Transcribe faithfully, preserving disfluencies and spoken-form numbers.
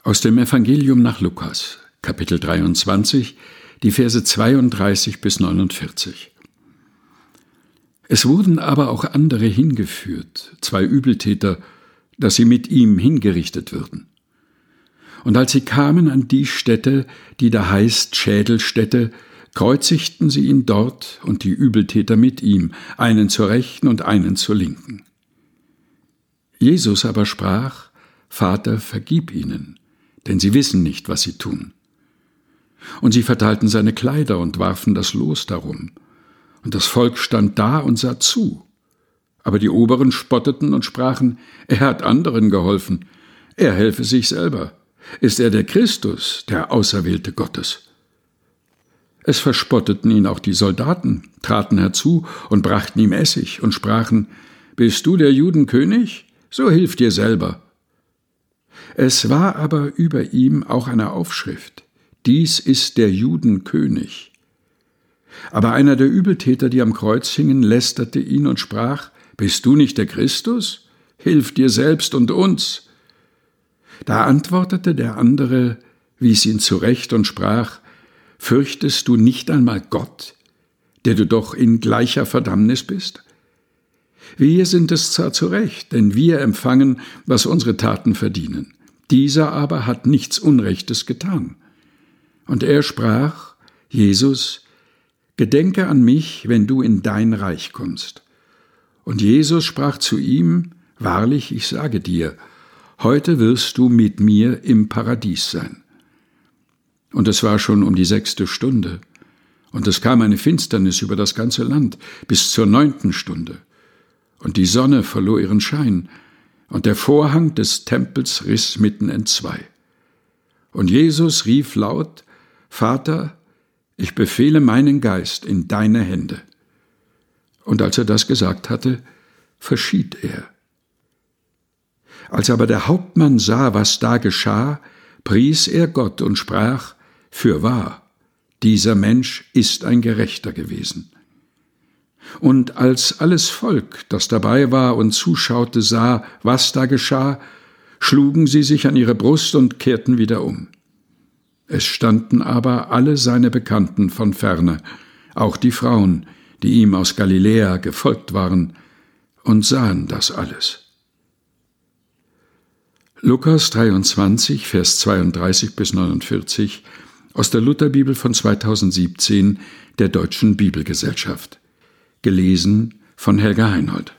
Aus dem Evangelium nach Lukas, Kapitel dreiundzwanzig, die Verse zweiunddreißig bis neunundvierzig. Es wurden aber auch andere hingeführt, zwei Übeltäter, dass sie mit ihm hingerichtet würden. Und als sie kamen an die Stätte, die da heißt Schädelstätte, kreuzigten sie ihn dort und die Übeltäter mit ihm, einen zur Rechten und einen zur Linken. Jesus aber sprach: Vater, vergib ihnen, denn sie wissen nicht, was sie tun. Und sie verteilten seine Kleider und warfen das Los darum. Und das Volk stand da und sah zu. Aber die Oberen spotteten und sprachen: Er hat anderen geholfen, er helfe sich selber. Ist er der Christus, der Auserwählte Gottes? Es verspotteten ihn auch die Soldaten, traten herzu und brachten ihm Essig und sprachen: Bist du der Juden König? So hilf dir selber. Es war aber über ihm auch eine Aufschrift: Dies ist der Juden König. Aber einer der Übeltäter, die am Kreuz hingen, lästerte ihn und sprach: Bist du nicht der Christus? Hilf dir selbst und uns. Da antwortete der andere, wies ihn zurecht und sprach: Fürchtest du nicht einmal Gott, der du doch in gleicher Verdammnis bist? Wir sind es zwar zurecht, denn wir empfangen, was unsere Taten verdienen. Dieser aber hat nichts Unrechtes getan. Und er sprach: Jesus, gedenke an mich, wenn du in dein Reich kommst. Und Jesus sprach zu ihm: Wahrlich, ich sage dir, heute wirst du mit mir im Paradies sein. Und es war schon um die sechste Stunde. Und es kam eine Finsternis über das ganze Land bis zur neunten Stunde. Und die Sonne verlor ihren Schein, und der Vorhang des Tempels riss mitten entzwei. Und Jesus rief laut: Vater, ich befehle meinen Geist in deine Hände. Und als er das gesagt hatte, verschied er. Als aber der Hauptmann sah, was da geschah, pries er Gott und sprach: Fürwahr, dieser Mensch ist ein Gerechter gewesen. Und als alles Volk, das dabei war und zuschaute, sah, was da geschah, schlugen sie sich an ihre Brust und kehrten wieder um. Es standen aber alle seine Bekannten von ferne, auch die Frauen, die ihm aus Galiläa gefolgt waren, und sahen das alles. Lukas dreiundzwanzig, Vers zweiunddreißig bis neunundvierzig aus der Lutherbibel von zweitausendsiebzehn der Deutschen Bibelgesellschaft. Gelesen von Helga Heinold.